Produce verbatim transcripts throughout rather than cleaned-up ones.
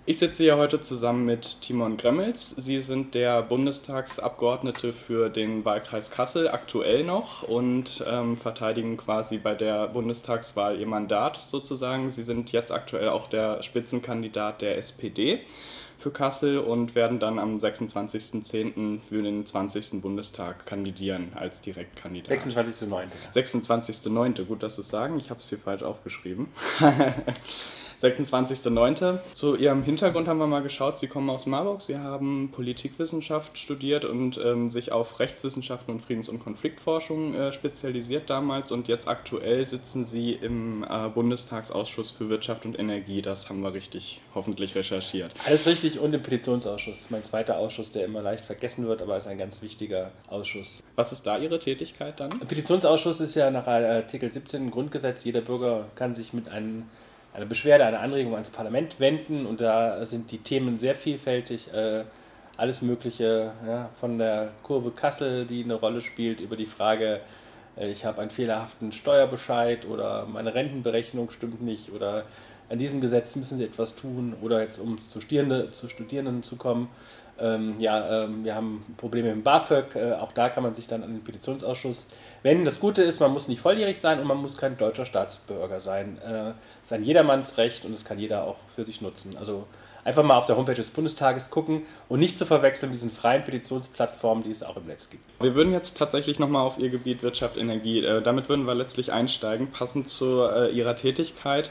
Ich sitze hier heute zusammen mit Timon Gremmels. Sie sind der Bundestagsabgeordnete für den Wahlkreis Kassel, aktuell noch, und ähm, verteidigen quasi bei der Bundestagswahl Ihr Mandat sozusagen. Sie sind jetzt aktuell auch der Spitzenkandidat der S P D für Kassel und werden dann am sechsundzwanzigsten zehnten für den zwanzigsten Bundestag kandidieren als Direktkandidat. sechsundzwanzigsten neunten sechsundzwanzigsten neunten Gut, dass Sie es sagen. Ich habe es hier falsch aufgeschrieben. sechsundzwanzigsten neunten Zu Ihrem Hintergrund haben wir mal geschaut. Sie kommen aus Marburg, Sie haben Politikwissenschaft studiert und ähm, sich auf Rechtswissenschaften und Friedens- und Konfliktforschung äh, spezialisiert damals. Und jetzt aktuell sitzen Sie im äh, Bundestagsausschuss für Wirtschaft und Energie. Das haben wir richtig, hoffentlich recherchiert. Alles richtig, und im Petitionsausschuss. Mein zweiter Ausschuss, der immer leicht vergessen wird, aber ist ein ganz wichtiger Ausschuss. Was ist da Ihre Tätigkeit dann? Der Petitionsausschuss ist ja nach Artikel siebzehn im Grundgesetz. Jeder Bürger kann sich mit einem eine Beschwerde, eine Anregung ans Parlament wenden, und da sind die Themen sehr vielfältig, äh, alles Mögliche, ja, von der Kurve Kassel, die eine Rolle spielt, über die Frage, äh, ich habe einen fehlerhaften Steuerbescheid oder meine Rentenberechnung stimmt nicht oder an diesem Gesetz müssen Sie etwas tun, oder jetzt um zu, Studierende, zu Studierenden zu kommen. Ähm, ja, ähm, wir haben Probleme im BAföG, äh, auch da kann man sich dann an den Petitionsausschuss wenden. Das Gute ist, man muss nicht volljährig sein und man muss kein deutscher Staatsbürger sein. Es äh, ist ein jedermanns Recht und es kann jeder auch für sich nutzen. Also einfach mal auf der Homepage des Bundestages gucken und nicht zu verwechseln mit diesen freien Petitionsplattformen, die es auch im Netz gibt. Wir würden jetzt tatsächlich nochmal auf Ihr Gebiet Wirtschaft, Energie, äh, damit würden wir letztlich einsteigen, passend zu äh, Ihrer Tätigkeit.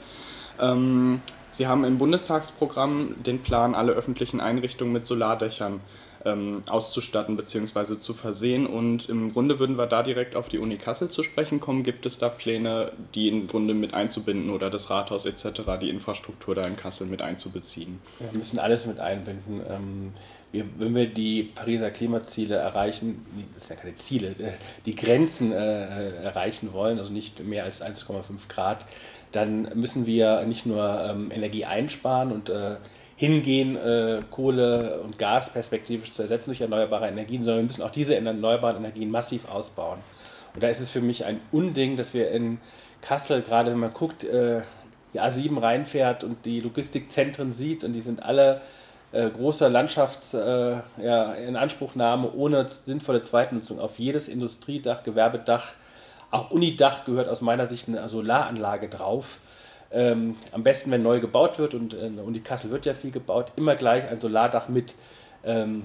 Ähm, Sie haben im Bundestagsprogramm den Plan, alle öffentlichen Einrichtungen mit Solardächern ähm, auszustatten bzw. zu versehen, und im Grunde würden wir da direkt auf die Uni Kassel zu sprechen kommen. Gibt es da Pläne, die im Grunde mit einzubinden, oder das Rathaus et cetera, die Infrastruktur da in Kassel mit einzubeziehen? Wir müssen alles mit einbinden. Ähm, wir, wenn wir die Pariser Klimaziele erreichen, das sind ja keine Ziele, die Grenzen äh, erreichen wollen, also nicht mehr als eins Komma fünf Grad, dann müssen wir nicht nur ähm, Energie einsparen und äh, hingehen, äh, Kohle und Gas perspektivisch zu ersetzen durch erneuerbare Energien, sondern wir müssen auch diese erneuerbaren Energien massiv ausbauen. Und da ist es für mich ein Unding, dass wir in Kassel, gerade wenn man guckt, äh, die A sieben reinfährt und die Logistikzentren sieht, und die sind alle äh, große Landschafts äh, ja, Inanspruchnahme ohne sinnvolle Zweitnutzung auf jedes Industriedach, Gewerbedach. Auch Unidach gehört aus meiner Sicht eine Solaranlage drauf. Ähm, am besten, wenn neu gebaut wird, und in der Uni Kassel wird ja viel gebaut, immer gleich ein Solardach mit ähm,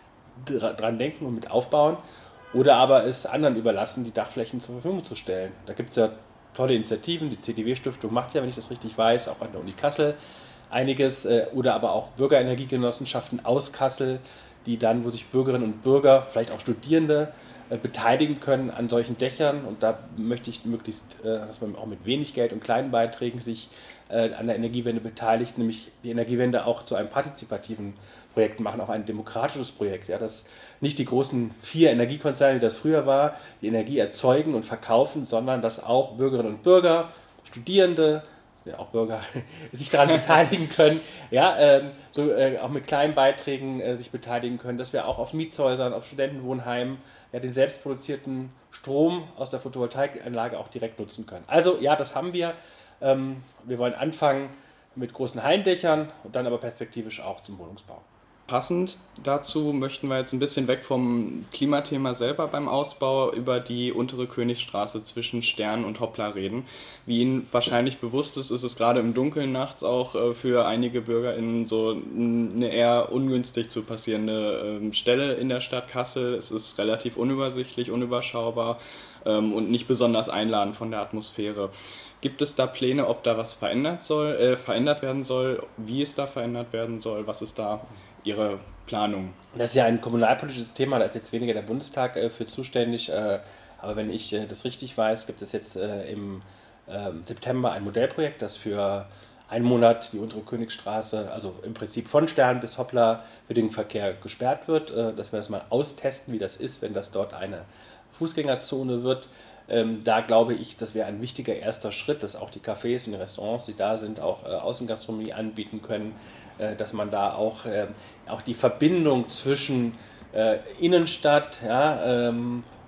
dran denken und mit aufbauen. Oder aber es anderen überlassen, die Dachflächen zur Verfügung zu stellen. Da gibt es ja tolle Initiativen. Die C D W-Stiftung macht ja, wenn ich das richtig weiß, auch an der Uni Kassel einiges. Äh, oder aber auch Bürgerenergiegenossenschaften aus Kassel, die dann, wo sich Bürgerinnen und Bürger, vielleicht auch Studierende, beteiligen können an solchen Dächern, und da möchte ich möglichst, dass man auch mit wenig Geld und kleinen Beiträgen sich an der Energiewende beteiligt, nämlich die Energiewende auch zu einem partizipativen Projekt machen, auch ein demokratisches Projekt, ja, dass nicht die großen vier Energiekonzerne, wie das früher war, die Energie erzeugen und verkaufen, sondern dass auch Bürgerinnen und Bürger, Studierende, ja, auch Bürger sich daran beteiligen können, ja, ähm, so äh, auch mit kleinen Beiträgen äh, sich beteiligen können, dass wir auch auf Mietshäusern, auf Studentenwohnheimen ja, den selbstproduzierten Strom aus der Photovoltaikanlage auch direkt nutzen können. Also ja, das haben wir. Ähm, wir wollen anfangen mit großen Hallendächern und dann aber perspektivisch auch zum Wohnungsbau. Passend dazu möchten wir jetzt ein bisschen weg vom Klimathema selber beim Ausbau über die untere Königstraße zwischen Stern und Hoppla reden. Wie Ihnen wahrscheinlich bewusst ist, ist es gerade im Dunkeln nachts auch für einige BürgerInnen so eine eher ungünstig zu passierende Stelle in der Stadt Kassel. Es ist relativ unübersichtlich, unüberschaubar und nicht besonders einladend von der Atmosphäre. Gibt es da Pläne, ob da was verändert soll, äh, verändert werden soll, wie es da verändert werden soll, was ist da Ihre Planung? Das ist ja ein kommunalpolitisches Thema, da ist jetzt weniger der Bundestag äh, für zuständig, äh, aber wenn ich äh, das richtig weiß, gibt es jetzt äh, im äh, September ein Modellprojekt, das für einen Monat die untere Königstraße, also im Prinzip von Stern bis Hoppla, für den Verkehr gesperrt wird, äh, dass wir das mal austesten, wie das ist, wenn das dort eine Fußgängerzone wird. Ähm, da glaube ich, das wäre ein wichtiger erster Schritt, dass auch die Cafés und die Restaurants, die da sind, auch äh, Außengastronomie anbieten können, äh, dass man da auch, äh, auch die Verbindung zwischen äh, Innenstadt, ja, ähm,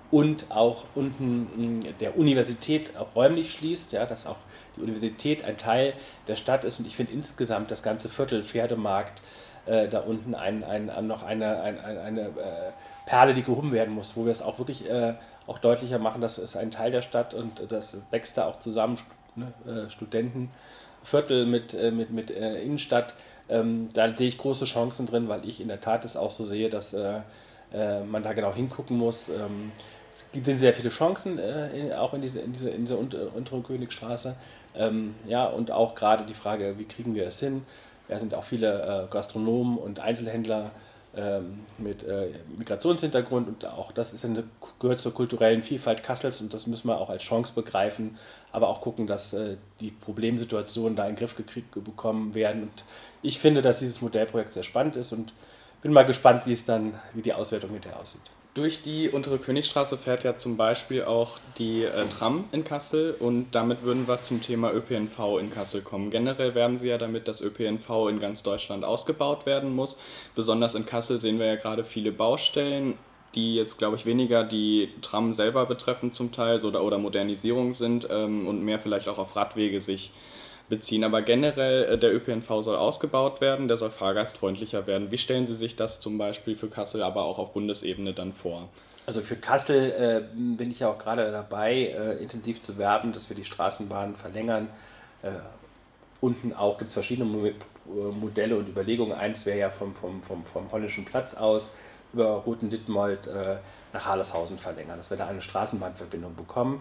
und auch unten der Universität auch räumlich schließt, ja, dass auch die Universität ein Teil der Stadt ist. Und ich finde insgesamt das ganze Viertel Pferdemarkt äh, da unten ein, ein, ein, noch eine, ein, eine, eine äh, Perle, die gehoben werden muss, wo wir es auch wirklich äh, auch deutlicher machen, das ist ein Teil der Stadt und das wächst da auch zusammen, ne, äh, Studentenviertel mit, äh, mit, mit äh, Innenstadt. Ähm, da sehe ich große Chancen drin, weil ich in der Tat es auch so sehe, dass äh, äh, man da genau hingucken muss. Ähm, es sind sehr viele Chancen, äh, in, auch in dieser in diese, in diese unteren Königstraße. Ähm, ja, und auch gerade die Frage, wie kriegen wir es hin? Da sind auch viele äh, Gastronomen und Einzelhändler ähm, mit äh, Migrationshintergrund und auch das ist eine, gehört zur kulturellen Vielfalt Kassels und das müssen wir auch als Chance begreifen, aber auch gucken, dass äh, die Problemsituationen da in den Griff gekriegt bekommen werden. Und ich finde, dass dieses Modellprojekt sehr spannend ist und bin mal gespannt, wie es dann, wie die Auswertung hinterher aussieht. Durch die untere Königstraße fährt ja zum Beispiel auch die äh, Tram in Kassel und damit würden wir zum Thema Ö P N V in Kassel kommen. Generell werben sie ja damit, dass Ö P N V in ganz Deutschland ausgebaut werden muss. Besonders in Kassel sehen wir ja gerade viele Baustellen, die jetzt, glaube ich, weniger die Tram selber betreffen zum Teil oder, oder Modernisierung sind ähm, und mehr vielleicht auch auf Radwege sich beziehen. Aber generell, der Ö P N V soll ausgebaut werden, der soll fahrgastfreundlicher werden. Wie stellen Sie sich das zum Beispiel für Kassel, aber auch auf Bundesebene dann vor? Also für Kassel äh, bin ich ja auch gerade dabei, äh, intensiv zu werben, dass wir die Straßenbahnen verlängern. Äh, unten auch gibt es verschiedene Mo- Modelle und Überlegungen. Eins wäre ja vom, vom, vom, vom Holländischen Platz aus über Roten-Dittmold äh, nach Harleshausen verlängern, dass wir da eine Straßenbahnverbindung bekommen.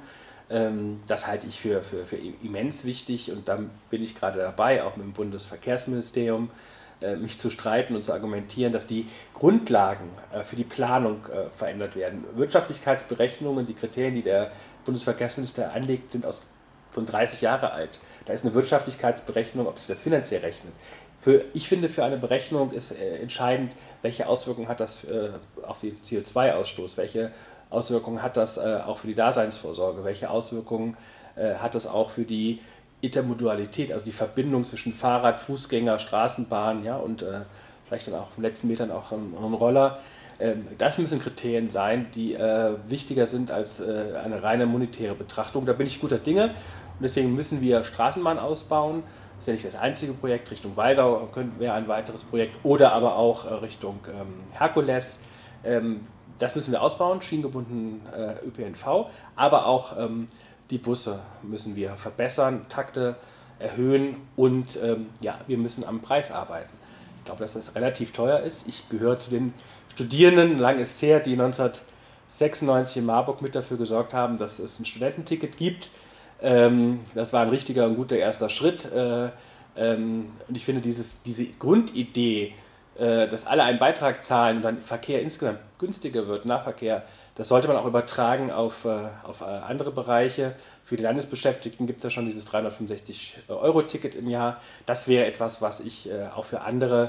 Das halte ich für, für, für immens wichtig und da bin ich gerade dabei, auch mit dem Bundesverkehrsministerium, mich zu streiten und zu argumentieren, dass die Grundlagen für die Planung verändert werden. Wirtschaftlichkeitsberechnungen, die Kriterien, die der Bundesverkehrsminister anlegt, sind aus, von dreißig Jahre alt. Da ist eine Wirtschaftlichkeitsberechnung, ob sich das finanziell rechnet. Für, ich finde, für eine Berechnung ist entscheidend, welche Auswirkungen hat das auf den C O zwei Ausstoß, welche Auswirkungen hat das äh, auch für die Daseinsvorsorge? Welche Auswirkungen äh, hat das auch für die Intermodalität, also die Verbindung zwischen Fahrrad, Fußgänger, Straßenbahn, ja, und äh, vielleicht dann auch auf den letzten Metern auch ein, ein Roller? Ähm, das müssen Kriterien sein, die äh, wichtiger sind als äh, eine reine monetäre Betrachtung. Da bin ich guter Dinge und deswegen müssen wir Straßenbahn ausbauen. Das ist ja nicht das einzige Projekt. Richtung Waldau wäre ein weiteres Projekt oder aber auch äh, Richtung ähm, Herkules. Ähm, Das müssen wir ausbauen, schienengebunden äh, Ö P N V, aber auch ähm, die Busse müssen wir verbessern, Takte erhöhen und ähm, ja, wir müssen am Preis arbeiten. Ich glaube, dass das relativ teuer ist. Ich gehöre zu den Studierenden, lang ist es her, die neunzehnhundertsechsundneunzig in Marburg mit dafür gesorgt haben, dass es ein Studententicket gibt. Ähm, das war ein richtiger und guter erster Schritt. Äh, ähm, und ich finde, dieses, diese Grundidee, dass alle einen Beitrag zahlen und dann Verkehr insgesamt günstiger wird, Nahverkehr, das sollte man auch übertragen auf, auf andere Bereiche. Für die Landesbeschäftigten gibt es ja schon dieses dreihundertfünfundsechzig Euro Ticket im Jahr. Das wäre etwas, was ich auch für andere,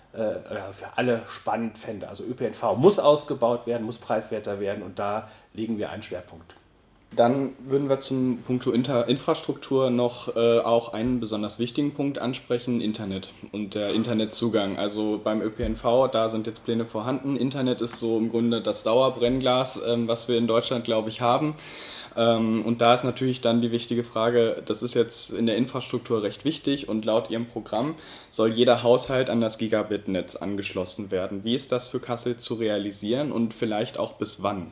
für alle spannend fände. Also Ö P N V muss ausgebaut werden, muss preiswerter werden und da legen wir einen Schwerpunkt. Dann würden wir zum Punkt Inter- Infrastruktur noch äh, auch einen besonders wichtigen Punkt ansprechen, Internet und der Internetzugang. Also beim Ö P N V, da sind jetzt Pläne vorhanden. Internet ist so im Grunde das Dauerbrennglas, ähm, was wir in Deutschland, glaube ich, haben. Ähm, und da ist natürlich dann die wichtige Frage, das ist jetzt in der Infrastruktur recht wichtig und laut Ihrem Programm soll jeder Haushalt an das Gigabit-Netz angeschlossen werden. Wie ist das für Kassel zu realisieren und vielleicht auch bis wann?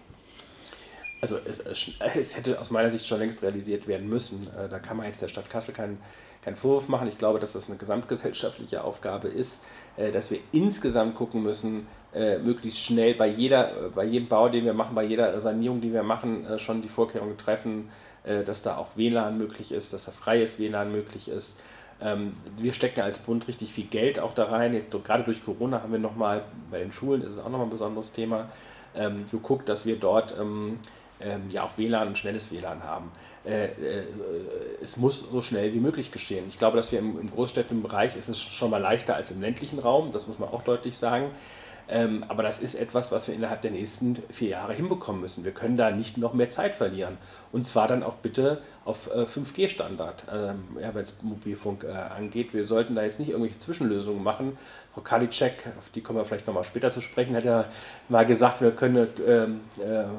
Also es, es hätte aus meiner Sicht schon längst realisiert werden müssen. Da kann man jetzt der Stadt Kassel keinen, keinen Vorwurf machen. Ich glaube, dass das eine gesamtgesellschaftliche Aufgabe ist, dass wir insgesamt gucken müssen, möglichst schnell bei, jeder, bei jedem Bau, den wir machen, bei jeder Sanierung, die wir machen, schon die Vorkehrungen treffen, dass da auch W L A N möglich ist, dass da freies W L A N möglich ist. Wir stecken als Bund richtig viel Geld auch da rein. Jetzt gerade durch Corona haben wir nochmal, bei den Schulen ist es auch nochmal ein besonderes Thema, geguckt, dass wir dort Ähm, ja auch W L A N und schnelles W L A N haben. Äh, äh, es muss so schnell wie möglich geschehen. Ich glaube, dass wir im, im Großstädtenbereich ist es schon mal leichter als im ländlichen Raum, das muss man auch deutlich sagen. Ähm, aber das ist etwas, was wir innerhalb der nächsten vier Jahre hinbekommen müssen. Wir können da nicht noch mehr Zeit verlieren. Und zwar dann auch bitte auf äh, fünf G Standard, ähm, ja, wenn es Mobilfunk äh, angeht. Wir sollten da jetzt nicht irgendwelche Zwischenlösungen machen. Frau Karliczek, auf die kommen wir vielleicht nochmal später zu sprechen, hat ja mal gesagt, wir können ähm, äh,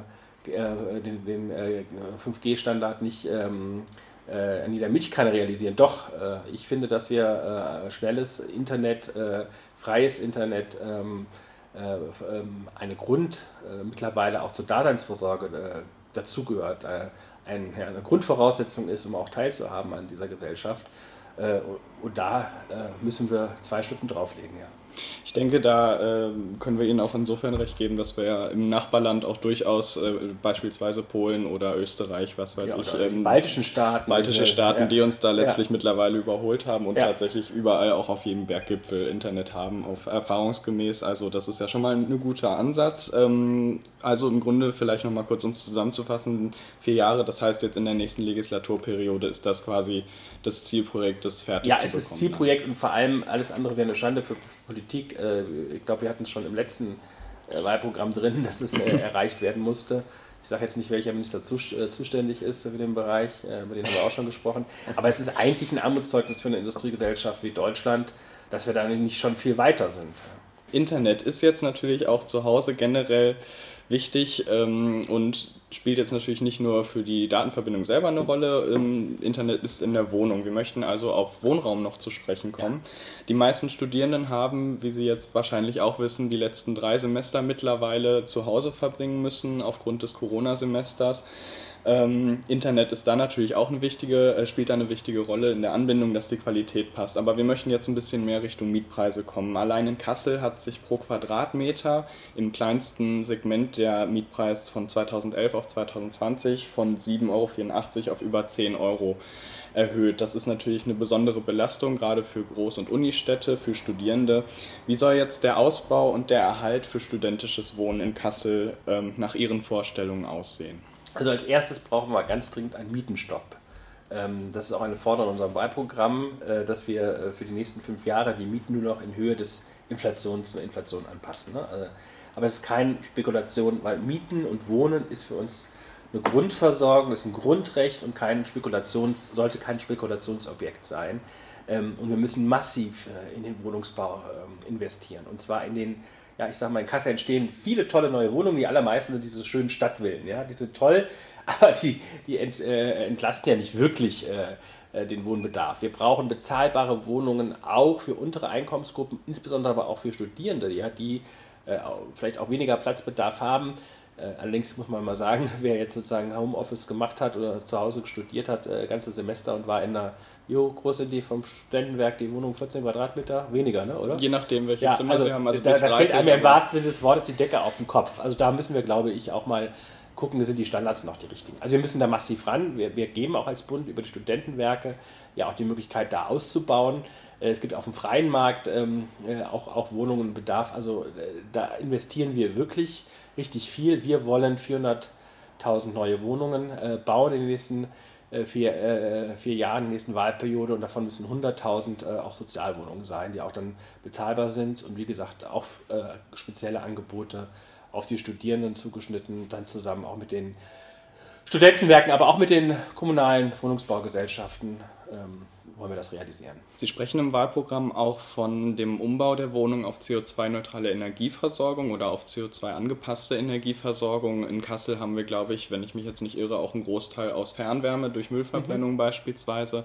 äh, den, den äh, fünf G Standard nicht ähm, äh, in jeder Milchkanne realisieren. Doch, äh, ich finde, dass wir äh, schnelles Internet, äh, freies Internet, ähm, äh, ähm, eine Grund äh, mittlerweile auch zur Daseinsvorsorge äh, dazugehört, äh, ein, ja, eine Grundvoraussetzung ist, um auch teilzuhaben an dieser Gesellschaft. Äh, und da äh, müssen wir zwei Stunden drauflegen, ja. Ich denke, da äh, können wir Ihnen auch insofern recht geben, dass wir ja im Nachbarland auch durchaus äh, beispielsweise Polen oder Österreich, was weiß ja, ich, ähm, die baltischen Staaten, baltische Staaten, ja, die uns da letztlich ja. mittlerweile überholt haben und ja. tatsächlich überall auch auf jedem Berggipfel Internet haben, auf erfahrungsgemäß. Also das ist ja schon mal ein guter Ansatz. Ähm, also im Grunde vielleicht nochmal kurz, um es zusammenzufassen, vier Jahre, das heißt jetzt in der nächsten Legislaturperiode ist das quasi das Zielprojekt, das fertig ja, zu bekommen. Ja, es ist Zielprojekt dann. Und vor allem alles andere wäre eine Schande für Politik. Ich glaube, wir hatten es schon im letzten Wahlprogramm drin, dass es erreicht werden musste. Ich sage jetzt nicht, welcher Minister zuständig ist für den Bereich, über den haben wir auch schon gesprochen. Aber es ist eigentlich ein Armutszeugnis für eine Industriegesellschaft wie Deutschland, dass wir da nicht schon viel weiter sind. Internet ist jetzt natürlich auch zu Hause generell wichtig ähm, und spielt jetzt natürlich nicht nur für die Datenverbindung selber eine Rolle. Ähm, Internet ist in der Wohnung. Wir möchten also auf Wohnraum noch zu sprechen kommen. Ja. Die meisten Studierenden haben, wie Sie jetzt wahrscheinlich auch wissen, die letzten drei Semester mittlerweile zu Hause verbringen müssen aufgrund des Corona-Semesters. Ähm, Internet ist da natürlich auch eine wichtige, äh, spielt da eine wichtige Rolle in der Anbindung, dass die Qualität passt. Aber wir möchten jetzt ein bisschen mehr Richtung Mietpreise kommen. Allein in Kassel hat sich pro Quadratmeter im kleinsten Segment der Mietpreis von zweitausendelf auf zweitausendzwanzig von sieben Euro vierundachtzig auf über zehn Euro erhöht. Das ist natürlich eine besondere Belastung, gerade für Groß- und Unistädte, für Studierende. Wie soll jetzt der Ausbau und der Erhalt für studentisches Wohnen in Kassel ähm, nach Ihren Vorstellungen aussehen? Also als erstes brauchen wir ganz dringend einen Mietenstopp. Das ist auch eine Forderung in unserem Wahlprogramm, dass wir für die nächsten fünf Jahre die Mieten nur noch in Höhe des Inflations zur Inflation anpassen. Aber es ist keine Spekulation, weil Mieten und Wohnen ist für uns eine Grundversorgung, ist ein Grundrecht und kein Spekulations, sollte kein Spekulationsobjekt sein. Und wir müssen massiv in den Wohnungsbau investieren. Und zwar in den Ja, ich sag mal, in Kassel entstehen viele tolle neue Wohnungen, die allermeisten sind diese schönen Stadtvillen, ja, die sind toll, aber die, die ent, äh, entlasten ja nicht wirklich äh, den Wohnbedarf. Wir brauchen bezahlbare Wohnungen auch für untere Einkommensgruppen, insbesondere aber auch für Studierende, ja, die äh, vielleicht auch weniger Platzbedarf haben. Äh, allerdings muss man mal sagen, wer jetzt sozusagen Homeoffice gemacht hat oder zu Hause studiert hat, äh, ganze Semester und war in einer, jo, groß sind die vom Studentenwerk, die Wohnung vierzehn Quadratmeter, weniger, ne, oder? Je nachdem, welche ja, Zimmer also, sie haben. Also da, bis da dreißig, fällt einem im wahrsten Sinne des Wortes die Decke auf den Kopf. Also da müssen wir, glaube ich, auch mal gucken, sind die Standards noch die richtigen. Also wir müssen da massiv ran. Wir, wir geben auch als Bund über die Studentenwerke ja auch die Möglichkeit, da auszubauen. Es gibt auf dem freien Markt ähm, auch, auch Wohnungen und Bedarf. Also äh, da investieren wir wirklich richtig viel. Wir wollen vierhunderttausend neue Wohnungen äh, bauen in den nächsten äh, vier, äh, vier Jahren, in der nächsten Wahlperiode. Und davon müssen hunderttausend äh, auch Sozialwohnungen sein, die auch dann bezahlbar sind. Und wie gesagt, auch äh, spezielle Angebote auf die Studierenden zugeschnitten, dann zusammen auch mit den Studentenwerken, aber auch mit den kommunalen Wohnungsbaugesellschaften ähm, wollen wir das realisieren. Sie sprechen im Wahlprogramm auch von dem Umbau der Wohnung auf C O zwei neutrale Energieversorgung oder auf C O zwei angepasste Energieversorgung. In Kassel haben wir, glaube ich, wenn ich mich jetzt nicht irre, auch einen Großteil aus Fernwärme durch Müllverbrennung mhm. beispielsweise.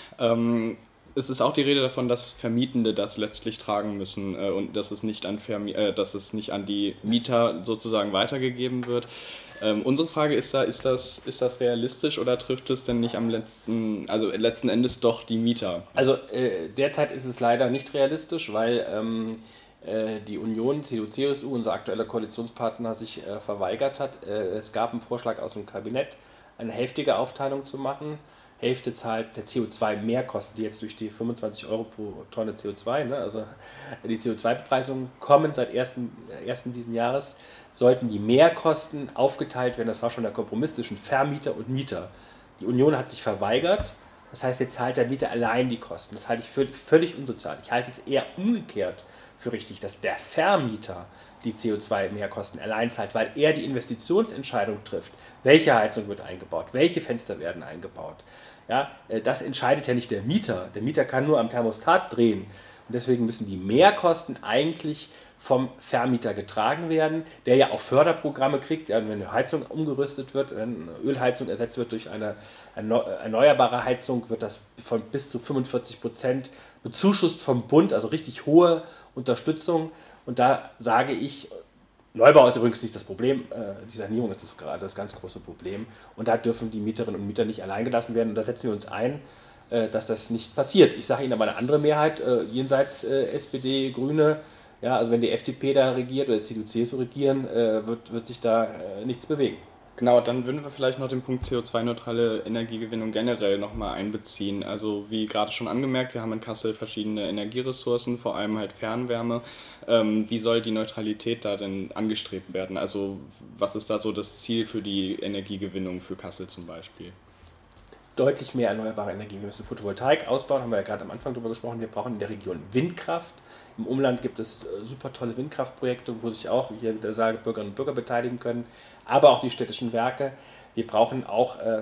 Ähm, Es ist auch die Rede davon, dass Vermietende das letztlich tragen müssen äh, und dass es, nicht an Vermi- äh, dass es nicht an die Mieter sozusagen weitergegeben wird. Ähm, unsere Frage ist da, ist das, ist das realistisch oder trifft es denn nicht am letzten, also letzten Endes doch die Mieter? Also äh, derzeit ist es leider nicht realistisch, weil ähm, äh, die Union, C D U, C S U, unser aktueller Koalitionspartner, sich äh, verweigert hat. Äh, es gab einen Vorschlag aus dem Kabinett, eine hälftige Aufteilung zu machen. Hälfte zahlt der C O zwei Mehrkosten, die jetzt durch die fünfundzwanzig Euro pro Tonne C O zwei, ne, also die C O zwei Bepreisung kommen seit ersten diesen Jahres, sollten die Mehrkosten aufgeteilt werden. Das war schon der Kompromiss zwischen Vermieter und Mieter. Die Union hat sich verweigert, das heißt, jetzt zahlt der Mieter allein die Kosten. Das halte ich für völlig unsozial. Ich halte es eher umgekehrt für richtig, dass der Vermieter die C O zwei Mehrkosten allein zahlt, weil er die Investitionsentscheidung trifft. Welche Heizung wird eingebaut? Welche Fenster werden eingebaut? Ja, das entscheidet ja nicht der Mieter. Der Mieter kann nur am Thermostat drehen. Und deswegen müssen die Mehrkosten eigentlich vom Vermieter getragen werden, der ja auch Förderprogramme kriegt, ja, wenn eine Heizung umgerüstet wird, wenn eine Ölheizung ersetzt wird durch eine erneuerbare Heizung, wird das von bis zu fünfundvierzig Prozent bezuschusst vom Bund, also richtig hohe Unterstützung. Und da sage ich, Neubau ist übrigens nicht das Problem, die Sanierung ist das gerade das ganz große Problem. Und da dürfen die Mieterinnen und Mieter nicht allein gelassen werden. Und da setzen wir uns ein, dass das nicht passiert. Ich sage Ihnen aber eine andere Mehrheit, jenseits S P D, Grüne, ja, also wenn die F D P da regiert oder C D U, C S U regieren, wird, wird sich da nichts bewegen. Genau, dann würden wir vielleicht noch den Punkt C O zwei neutrale Energiegewinnung generell nochmal einbeziehen. Also wie gerade schon angemerkt, wir haben in Kassel verschiedene Energieressourcen, vor allem halt Fernwärme. Ähm, wie soll die Neutralität da denn angestrebt werden? Also was ist da so das Ziel für die Energiegewinnung für Kassel zum Beispiel? Deutlich mehr erneuerbare Energie. Wir müssen Photovoltaik ausbauen, haben wir ja gerade am Anfang darüber gesprochen. Wir brauchen in der Region Windkraft. Im Umland gibt es äh, super tolle Windkraftprojekte, wo sich auch, wie ich hier wieder sage, Bürgerinnen und Bürger beteiligen können, aber auch die städtischen Werke. Wir brauchen auch äh,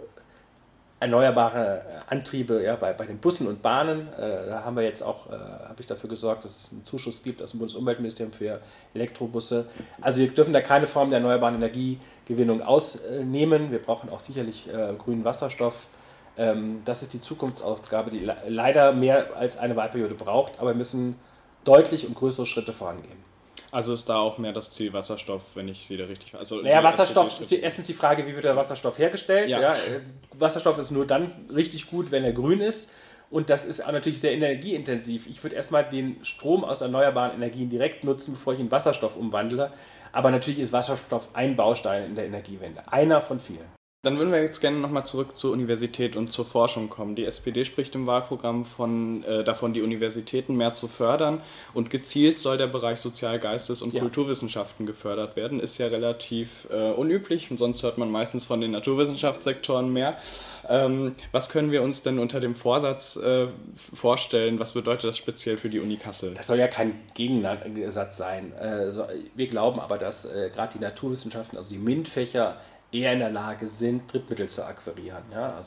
erneuerbare Antriebe ja, bei, bei den Bussen und Bahnen. Äh, da haben wir jetzt auch, äh, habe ich dafür gesorgt, dass es einen Zuschuss gibt aus dem Bundesumweltministerium für Elektrobusse. Also wir dürfen da keine Form der erneuerbaren Energiegewinnung ausnehmen. Wir brauchen auch sicherlich äh, grünen Wasserstoff. Ähm, das ist die Zukunftsaufgabe, die le- leider mehr als eine Wahlperiode braucht, aber wir müssen deutlich und größere Schritte vorangehen. Also ist da auch mehr das Ziel Wasserstoff, wenn ich Sie da richtig... Also naja, Wasserstoff ist die, erstens die Frage, wie wird der Wasserstoff hergestellt. Ja. Ja, Wasserstoff ist nur dann richtig gut, wenn er grün ist. Und das ist auch natürlich sehr energieintensiv. Ich würde erstmal den Strom aus erneuerbaren Energien direkt nutzen, bevor ich ihn in Wasserstoff umwandle. Aber natürlich ist Wasserstoff ein Baustein in der Energiewende. Einer von vielen. Dann würden wir jetzt gerne nochmal zurück zur Universität und zur Forschung kommen. Die S P D spricht im Wahlprogramm von, äh, davon, die Universitäten mehr zu fördern und gezielt soll der Bereich Sozial-, Geistes- und ja. Kulturwissenschaften gefördert werden. Ist ja relativ äh, unüblich und sonst hört man meistens von den Naturwissenschaftssektoren mehr. Ähm, was können wir uns denn unter dem Vorsatz äh, vorstellen? Was bedeutet das speziell für die Uni Kassel? Das soll ja kein Gegensatz sein. Äh, wir glauben aber, dass äh, gerade die Naturwissenschaften, also die MINT-Fächer, eher in der Lage sind, Drittmittel zu akquirieren. Ja? Also,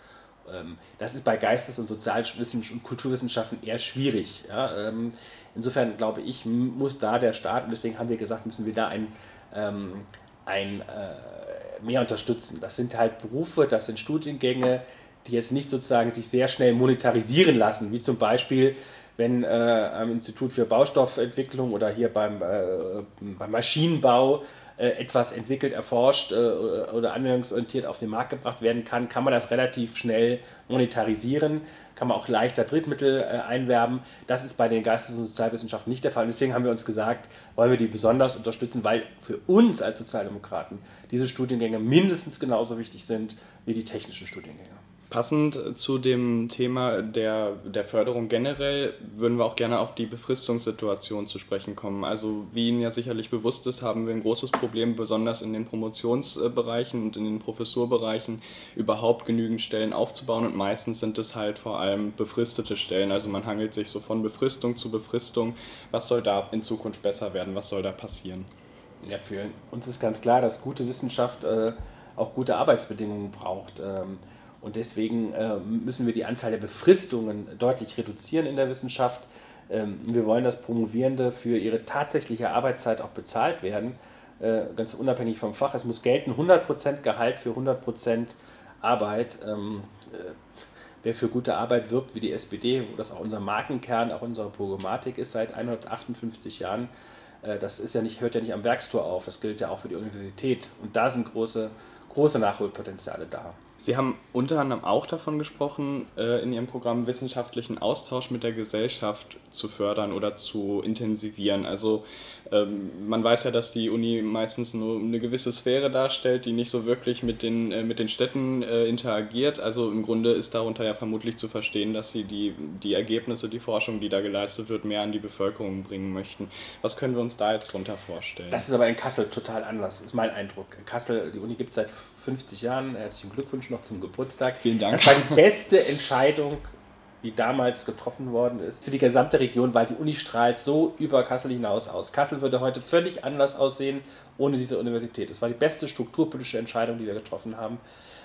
ähm, das ist bei Geistes- und Sozialwissenschaften und Kulturwissenschaften eher schwierig. Ja? Ähm, insofern glaube ich, muss da der Staat, und deswegen haben wir gesagt, müssen wir da ein, ähm, ein äh, mehr unterstützen. Das sind halt Berufe, das sind Studiengänge, die jetzt nicht sozusagen sich sehr schnell monetarisieren lassen, wie zum Beispiel wenn äh, am Institut für Baustoffentwicklung oder hier beim, äh, beim Maschinenbau äh, etwas entwickelt, erforscht äh, oder anwendungsorientiert auf den Markt gebracht werden kann, kann man das relativ schnell monetarisieren, kann man auch leichter Drittmittel äh, einwerben. Das ist bei den Geistes- und Sozialwissenschaften nicht der Fall. Und deswegen haben wir uns gesagt, wollen wir die besonders unterstützen, weil für uns als Sozialdemokraten diese Studiengänge mindestens genauso wichtig sind wie die technischen Studiengänge. Passend zu dem Thema der, der Förderung generell würden wir auch gerne auf die Befristungssituation zu sprechen kommen. Also wie Ihnen ja sicherlich bewusst ist, haben wir ein großes Problem, besonders in den Promotionsbereichen und in den Professurbereichen überhaupt genügend Stellen aufzubauen und meistens sind es halt vor allem befristete Stellen. Also man hangelt sich so von Befristung zu Befristung. Was soll da in Zukunft besser werden? Was soll da passieren? Ja, für uns ist ganz klar, dass gute Wissenschaft äh, auch gute Arbeitsbedingungen braucht. Ähm, Und deswegen äh, müssen wir die Anzahl der Befristungen deutlich reduzieren in der Wissenschaft. Ähm, wir wollen, dass Promovierende für ihre tatsächliche Arbeitszeit auch bezahlt werden, äh, ganz unabhängig vom Fach. Es muss gelten, hundert Prozent Gehalt für hundert Prozent Arbeit. Ähm, äh, wer für gute Arbeit wirbt, wie die S P D, wo das auch unser Markenkern, auch unsere Programmatik ist seit hundertachtundfünfzig Jahren, äh, das ist ja nicht, hört ja nicht am Werkstor auf, das gilt ja auch für die Universität. Und da sind große, große Nachholpotenziale da. Sie haben unter anderem auch davon gesprochen, in Ihrem Programm wissenschaftlichen Austausch mit der Gesellschaft zu fördern oder zu intensivieren. Also man weiß ja, dass die Uni meistens nur eine gewisse Sphäre darstellt, die nicht so wirklich mit den, mit den Städten interagiert. Also im Grunde ist darunter ja vermutlich zu verstehen, dass Sie die, die Ergebnisse, die Forschung, die da geleistet wird, mehr an die Bevölkerung bringen möchten. Was können wir uns da jetzt drunter vorstellen? Das ist aber in Kassel total anders, ist mein Eindruck. In Kassel, die Uni gibt es seit fünfzig Jahren. Herzlichen Glückwunsch noch zum Geburtstag. Vielen Dank. Das war die beste Entscheidung, die damals getroffen worden ist, für die gesamte Region, weil die Uni strahlt so über Kassel hinaus aus. Kassel würde heute völlig anders aussehen ohne diese Universität. Es war die beste strukturpolitische Entscheidung, die wir getroffen haben.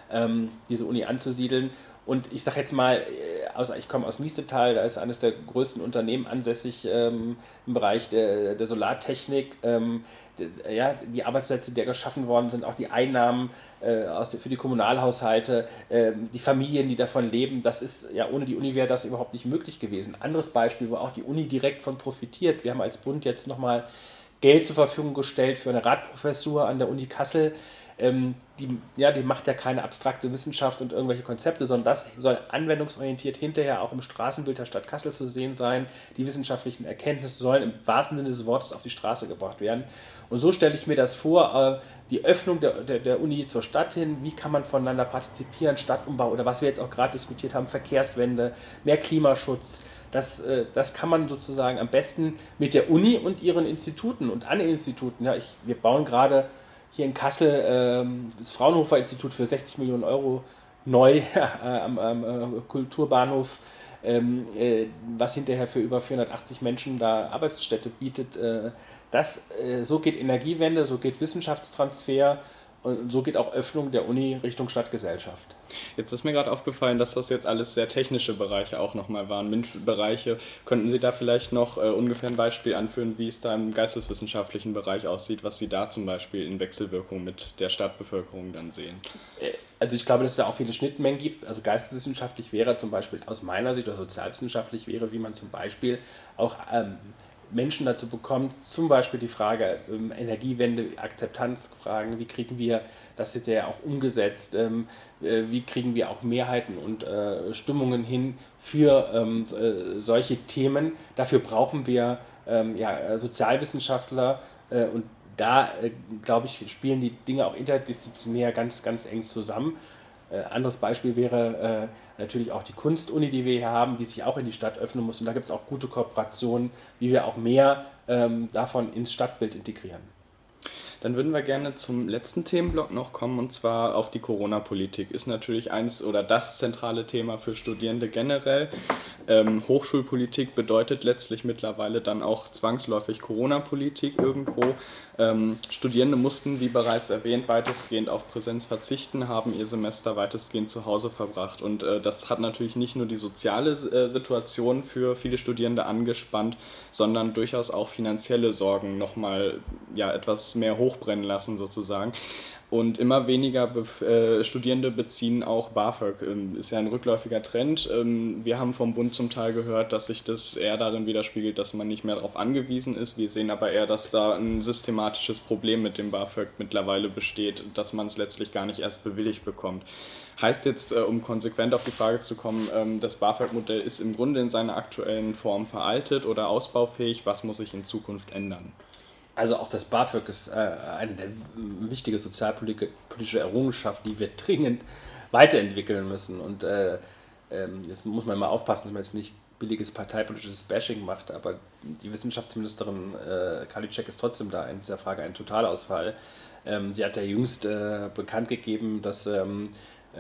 ähm, diese Uni anzusiedeln. Und ich sage jetzt mal, also ich komme aus Niestetal, da ist eines der größten Unternehmen ansässig ähm, im Bereich der, der Solartechnik. Ähm, die, ja, die Arbeitsplätze, die da geschaffen worden sind, auch die Einnahmen äh, aus der, für die Kommunalhaushalte, äh, die Familien, die davon leben, das ist, ja, ohne die Uni wäre das überhaupt nicht möglich gewesen. Anderes Beispiel, wo auch die Uni direkt von profitiert. Wir haben als Bund jetzt nochmal Geld zur Verfügung gestellt für eine Radprofessur an der Uni Kassel. Ähm, die, ja, die macht ja keine abstrakte Wissenschaft und irgendwelche Konzepte, sondern das soll anwendungsorientiert hinterher auch im Straßenbild der Stadt Kassel zu sehen sein. Die wissenschaftlichen Erkenntnisse sollen im wahrsten Sinne des Wortes auf die Straße gebracht werden. Und so stelle ich mir das vor, äh, die Öffnung der, der, der Uni zur Stadt hin, wie kann man voneinander partizipieren, Stadtumbau oder was wir jetzt auch gerade diskutiert haben, Verkehrswende, mehr Klimaschutz. Das, äh, das kann man sozusagen am besten mit der Uni und ihren Instituten und an den Instituten. Ja, ich, wir bauen gerade hier in Kassel ähm, das Fraunhofer-Institut für sechzig Millionen Euro neu äh, am, am äh, Kulturbahnhof, ähm, äh, was hinterher für über vierhundertachtzig Menschen da Arbeitsstätte bietet. Äh, das, äh, so geht Energiewende, so geht Wissenschaftstransfer und so geht auch Öffnung der Uni Richtung Stadtgesellschaft. Jetzt ist mir gerade aufgefallen, dass das jetzt alles sehr technische Bereiche auch nochmal waren, MINT-Bereiche. Könnten Sie da vielleicht noch äh, ungefähr ein Beispiel anführen, wie es da im geisteswissenschaftlichen Bereich aussieht, was Sie da zum Beispiel in Wechselwirkung mit der Stadtbevölkerung dann sehen? Also ich glaube, dass es da auch viele Schnittmengen gibt. Also geisteswissenschaftlich wäre zum Beispiel aus meiner Sicht oder sozialwissenschaftlich wäre, wie man zum Beispiel auch ähm, Menschen dazu bekommt, zum Beispiel die Frage ähm, Energiewende, Akzeptanzfragen, wie kriegen wir das jetzt ja auch umgesetzt, ähm, äh, wie kriegen wir auch Mehrheiten und äh, Stimmungen hin für ähm, äh, solche Themen. Dafür brauchen wir ähm, ja, Sozialwissenschaftler äh, und da, äh, glaube ich, spielen die Dinge auch interdisziplinär ganz, ganz eng zusammen. Äh, anderes Beispiel wäre äh, natürlich auch die Kunstuni, die wir hier haben, die sich auch in die Stadt öffnen muss. Und da gibt es auch gute Kooperationen, wie wir auch mehr ähm, davon ins Stadtbild integrieren. Dann würden wir gerne zum letzten Themenblock noch kommen, und zwar auf die Corona-Politik. Ist natürlich eins oder das zentrale Thema für Studierende generell. Ähm, Hochschulpolitik bedeutet letztlich mittlerweile dann auch zwangsläufig Corona-Politik irgendwo. Ähm, Studierende mussten, wie bereits erwähnt, weitestgehend auf Präsenz verzichten, haben ihr Semester weitestgehend zu Hause verbracht. Und äh, das hat natürlich nicht nur die soziale äh, Situation für viele Studierende angespannt, sondern durchaus auch finanzielle Sorgen nochmal ja, etwas mehr hochbrennen lassen sozusagen. Und immer weniger Bef- äh, Studierende beziehen auch BAföG. Ähm, ist ja ein rückläufiger Trend. Ähm, wir haben vom Bund zum Teil gehört, dass sich das eher darin widerspiegelt, dass man nicht mehr darauf angewiesen ist. Wir sehen aber eher, dass da ein systematisches Problem mit dem BAföG mittlerweile besteht, dass man es letztlich gar nicht erst bewilligt bekommt. Heißt jetzt, äh, um konsequent auf die Frage zu kommen, ähm, das BAföG-Modell ist im Grunde in seiner aktuellen Form veraltet oder ausbaufähig. Was muss sich in Zukunft ändern? Also auch das BAföG ist äh, eine der wichtige sozialpolitische Errungenschaft, die wir dringend weiterentwickeln müssen. Und äh, ähm, jetzt muss man mal aufpassen, dass man jetzt nicht billiges parteipolitisches Bashing macht, aber die Wissenschaftsministerin äh, Karliczek ist trotzdem da in dieser Frage ein Totalausfall. Ähm, sie hat ja jüngst äh, bekannt gegeben, dass ähm,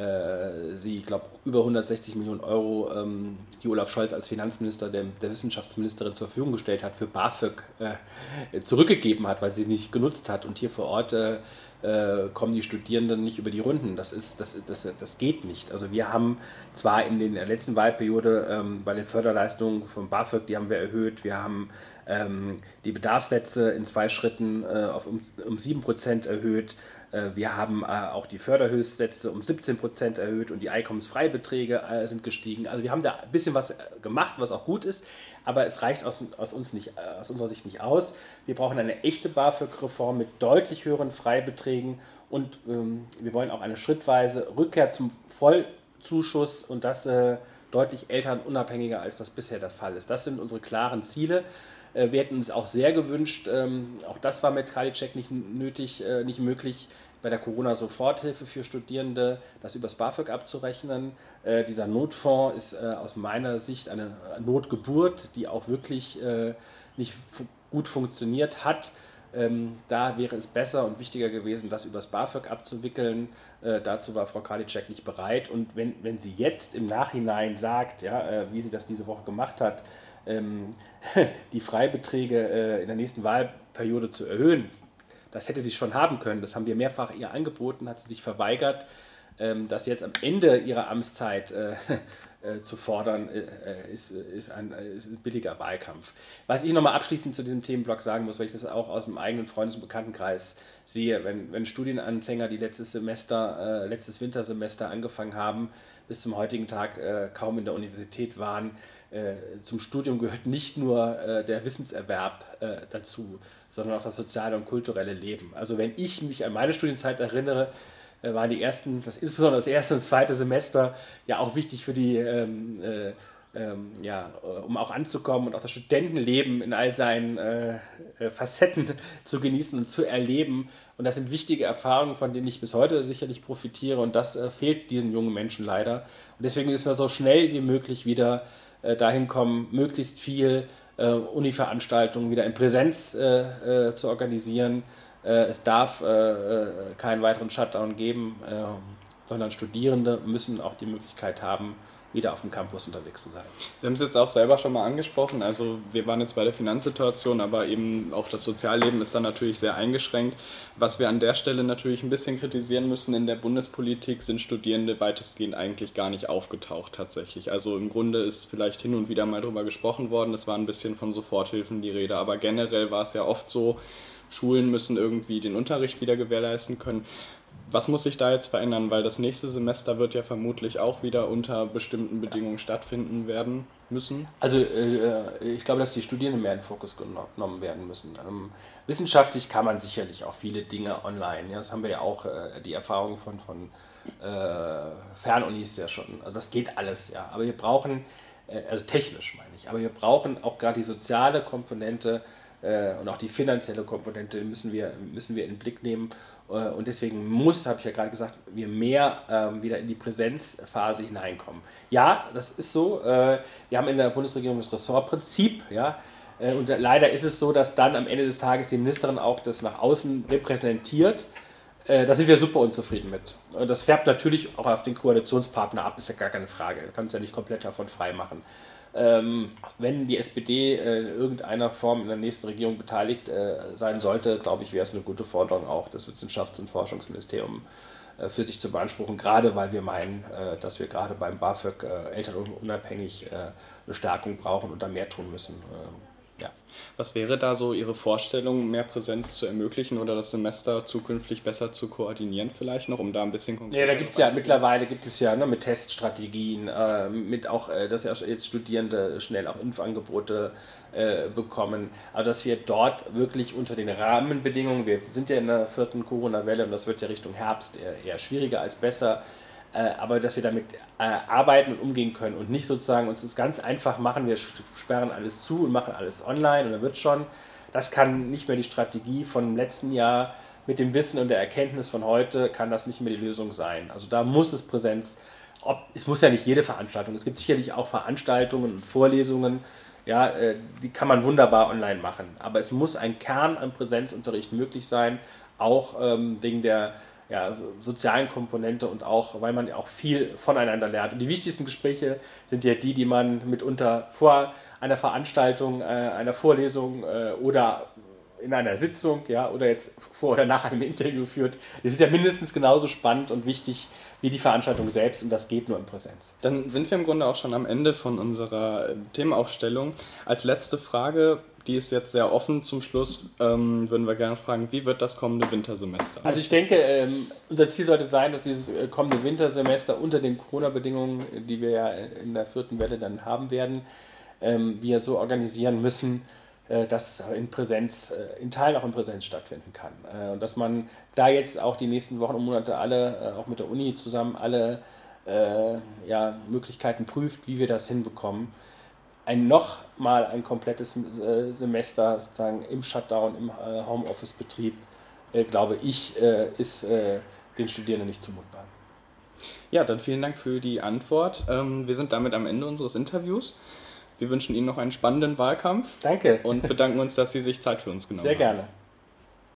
äh, sie, ich glaube, über hundertsechzig Millionen Euro, ähm, die Olaf Scholz als Finanzminister der, der Wissenschaftsministerin zur Verfügung gestellt hat, für BAföG äh, zurückgegeben hat, weil sie es nicht genutzt hat. Und hier vor Ort äh, äh, kommen die Studierenden nicht über die Runden. Das, ist, das, das, das geht nicht. Also wir haben zwar in, den, in der letzten Wahlperiode ähm, bei den Förderleistungen von BAföG, die haben wir erhöht, wir haben ähm, die Bedarfssätze in zwei Schritten äh, auf um, um sieben Prozent erhöht. Wir haben auch die Förderhöchstsätze um siebzehn Prozent erhöht und die Einkommensfreibeträge sind gestiegen. Also wir haben da ein bisschen was gemacht, was auch gut ist, aber es reicht aus, aus, uns nicht, aus unserer Sicht nicht aus. Wir brauchen eine echte BAföG-Reform mit deutlich höheren Freibeträgen und ähm, wir wollen auch eine schrittweise Rückkehr zum Vollzuschuss und das äh, deutlich elternunabhängiger, als das bisher der Fall ist. Das sind unsere klaren Ziele. Wir hätten uns auch sehr gewünscht, ähm, auch das war mit Karliczek nicht nötig, äh, nicht möglich, bei der Corona-Soforthilfe für Studierende das übers BAföG abzurechnen. Äh, dieser Notfonds ist äh, aus meiner Sicht eine Notgeburt, die auch wirklich äh, nicht fu- gut funktioniert hat. Ähm, da wäre es besser und wichtiger gewesen, das übers BAföG abzuwickeln. Äh, dazu war Frau Karliczek nicht bereit. Und wenn, wenn sie jetzt im Nachhinein sagt, ja, äh, wie sie das diese Woche gemacht hat, ähm, die Freibeträge äh, in der nächsten Wahlperiode zu erhöhen, das hätte sie schon haben können. Das haben wir mehrfach ihr angeboten, hat sie sich verweigert. ähm, das jetzt am Ende ihrer Amtszeit äh, äh, zu fordern, äh, ist, ist, ein, ist ein billiger Wahlkampf. Was ich nochmal abschließend zu diesem Themenblock sagen muss, weil ich das auch aus dem eigenen Freundes- und Bekanntenkreis sehe, wenn, wenn Studienanfänger, die letztes Semester, äh, letztes Wintersemester angefangen haben, bis zum heutigen Tag äh, kaum in der Universität waren, äh, zum Studium gehört nicht nur äh, der Wissenserwerb äh, dazu, sondern auch das soziale und kulturelle Leben. Also wenn ich mich an meine Studienzeit erinnere, äh, waren die ersten, das insbesondere das erste und zweite Semester ja auch wichtig für die, ähm, äh, ähm, ja, um auch anzukommen und auch das Studentenleben in all seinen äh, Facetten zu genießen und zu erleben. Und das sind wichtige Erfahrungen, von denen ich bis heute sicherlich profitiere, und das äh, fehlt diesen jungen Menschen leider. Und deswegen müssen wir so schnell wie möglich wieder äh, dahin kommen, möglichst viel äh, Uni-Veranstaltungen wieder in Präsenz äh, äh, zu organisieren. Äh, es darf äh, keinen weiteren Shutdown geben, äh, sondern Studierende müssen auch die Möglichkeit haben, wieder auf dem Campus unterwegs zu sein. Sie haben es jetzt auch selber schon mal angesprochen, also wir waren jetzt bei der Finanzsituation, aber eben auch das Sozialleben ist dann natürlich sehr eingeschränkt. Was wir an der Stelle natürlich ein bisschen kritisieren müssen, in der Bundespolitik sind Studierende weitestgehend eigentlich gar nicht aufgetaucht tatsächlich. Also im Grunde ist vielleicht hin und wieder mal drüber gesprochen worden, es war ein bisschen von Soforthilfen die Rede, aber generell war es ja oft so, Schulen müssen irgendwie den Unterricht wieder gewährleisten können. Was muss sich da jetzt verändern? Weil das nächste Semester wird ja vermutlich auch wieder unter bestimmten Bedingungen stattfinden werden müssen. Also äh, ich glaube, dass die Studierenden mehr in den Fokus genommen werden müssen. Ähm, wissenschaftlich kann man sicherlich auch viele Dinge online. Ja, das haben wir ja auch, äh, die Erfahrung von, von äh, Fernunis ja schon. Also das geht alles, ja. Aber wir brauchen, äh, also technisch meine ich, aber wir brauchen auch gerade die soziale Komponente äh, und auch die finanzielle Komponente müssen wir, müssen wir in den Blick nehmen. Und deswegen muss, habe ich ja gerade gesagt, wir mehr ähm, wieder in die Präsenzphase hineinkommen. Ja, das ist so. Äh, wir haben in der Bundesregierung das Ressortprinzip. Ja, äh, und leider ist es so, dass dann am Ende des Tages die Ministerin auch das nach außen repräsentiert. Äh, da sind wir super unzufrieden mit. Und das färbt natürlich auch auf den Koalitionspartner ab, ist ja gar keine Frage. Wir können es ja nicht komplett davon frei machen. Ähm, wenn die S P D äh, in irgendeiner Form in der nächsten Regierung beteiligt äh, sein sollte, glaube ich, wäre es eine gute Forderung auch, das Wissenschafts- und Forschungsministerium äh, für sich zu beanspruchen, gerade weil wir meinen, äh, dass wir gerade beim BAföG äh, elternunabhängig äh, eine Stärkung brauchen und da mehr tun müssen. Äh, ja. Was wäre da so Ihre Vorstellung, mehr Präsenz zu ermöglichen oder das Semester zukünftig besser zu koordinieren vielleicht noch, um da ein bisschen konkreter Ja, da gibt es ja, mittlerweile gibt es ja ne, mit Teststrategien, äh, mit auch, äh, dass ja jetzt Studierende schnell auch Impfangebote äh, bekommen, aber dass wir dort wirklich unter den Rahmenbedingungen, wir sind ja in der vierten Corona-Welle und das wird ja Richtung Herbst eher, eher schwieriger als besser, Äh, aber dass wir damit äh, arbeiten und umgehen können und nicht sozusagen uns das ganz einfach machen, wir sperren alles zu und machen alles online und dann wird schon. Das kann nicht mehr die Strategie vom letzten Jahr. Mit dem Wissen und der Erkenntnis von heute kann das nicht mehr die Lösung sein. Also da muss es Präsenz, ob, es muss ja nicht jede Veranstaltung, es gibt sicherlich auch Veranstaltungen und Vorlesungen, ja, äh, die kann man wunderbar online machen. Aber es muss ein Kern an Präsenzunterricht möglich sein, auch ähm, wegen der Ja, so sozialen Komponente und auch, weil man ja auch viel voneinander lernt. Und die wichtigsten Gespräche sind ja die, die man mitunter vor einer Veranstaltung, äh, einer Vorlesung äh, oder in einer Sitzung, ja, oder jetzt vor oder nach einem Interview führt. Die sind ja mindestens genauso spannend und wichtig wie die Veranstaltung selbst und das geht nur in Präsenz. Dann sind wir im Grunde auch schon am Ende von unserer Themenaufstellung. Als letzte Frage, die ist jetzt sehr offen zum Schluss, ähm, würden wir gerne fragen, wie wird das kommende Wintersemester? Also ich denke, ähm, unser Ziel sollte sein, dass dieses äh, kommende Wintersemester unter den Corona-Bedingungen, die wir ja in der vierten Welle dann haben werden, ähm, wir so organisieren müssen, äh, dass es in Präsenz, äh, in Teilen auch in Präsenz stattfinden kann. Äh, und dass man da jetzt auch die nächsten Wochen und Monate alle, äh, auch mit der Uni zusammen, alle äh, ja, Möglichkeiten prüft, wie wir das hinbekommen. Ein noch mal ein komplettes äh, Semester sozusagen im Shutdown, im äh, Homeoffice-Betrieb, äh, glaube ich, äh, ist äh, den Studierenden nicht zumutbar. Ja, dann vielen Dank für die Antwort. Ähm, wir sind damit am Ende unseres Interviews. Wir wünschen Ihnen noch einen spannenden Wahlkampf. Danke. Und bedanken uns, dass Sie sich Zeit für uns genommen haben. Sehr gerne.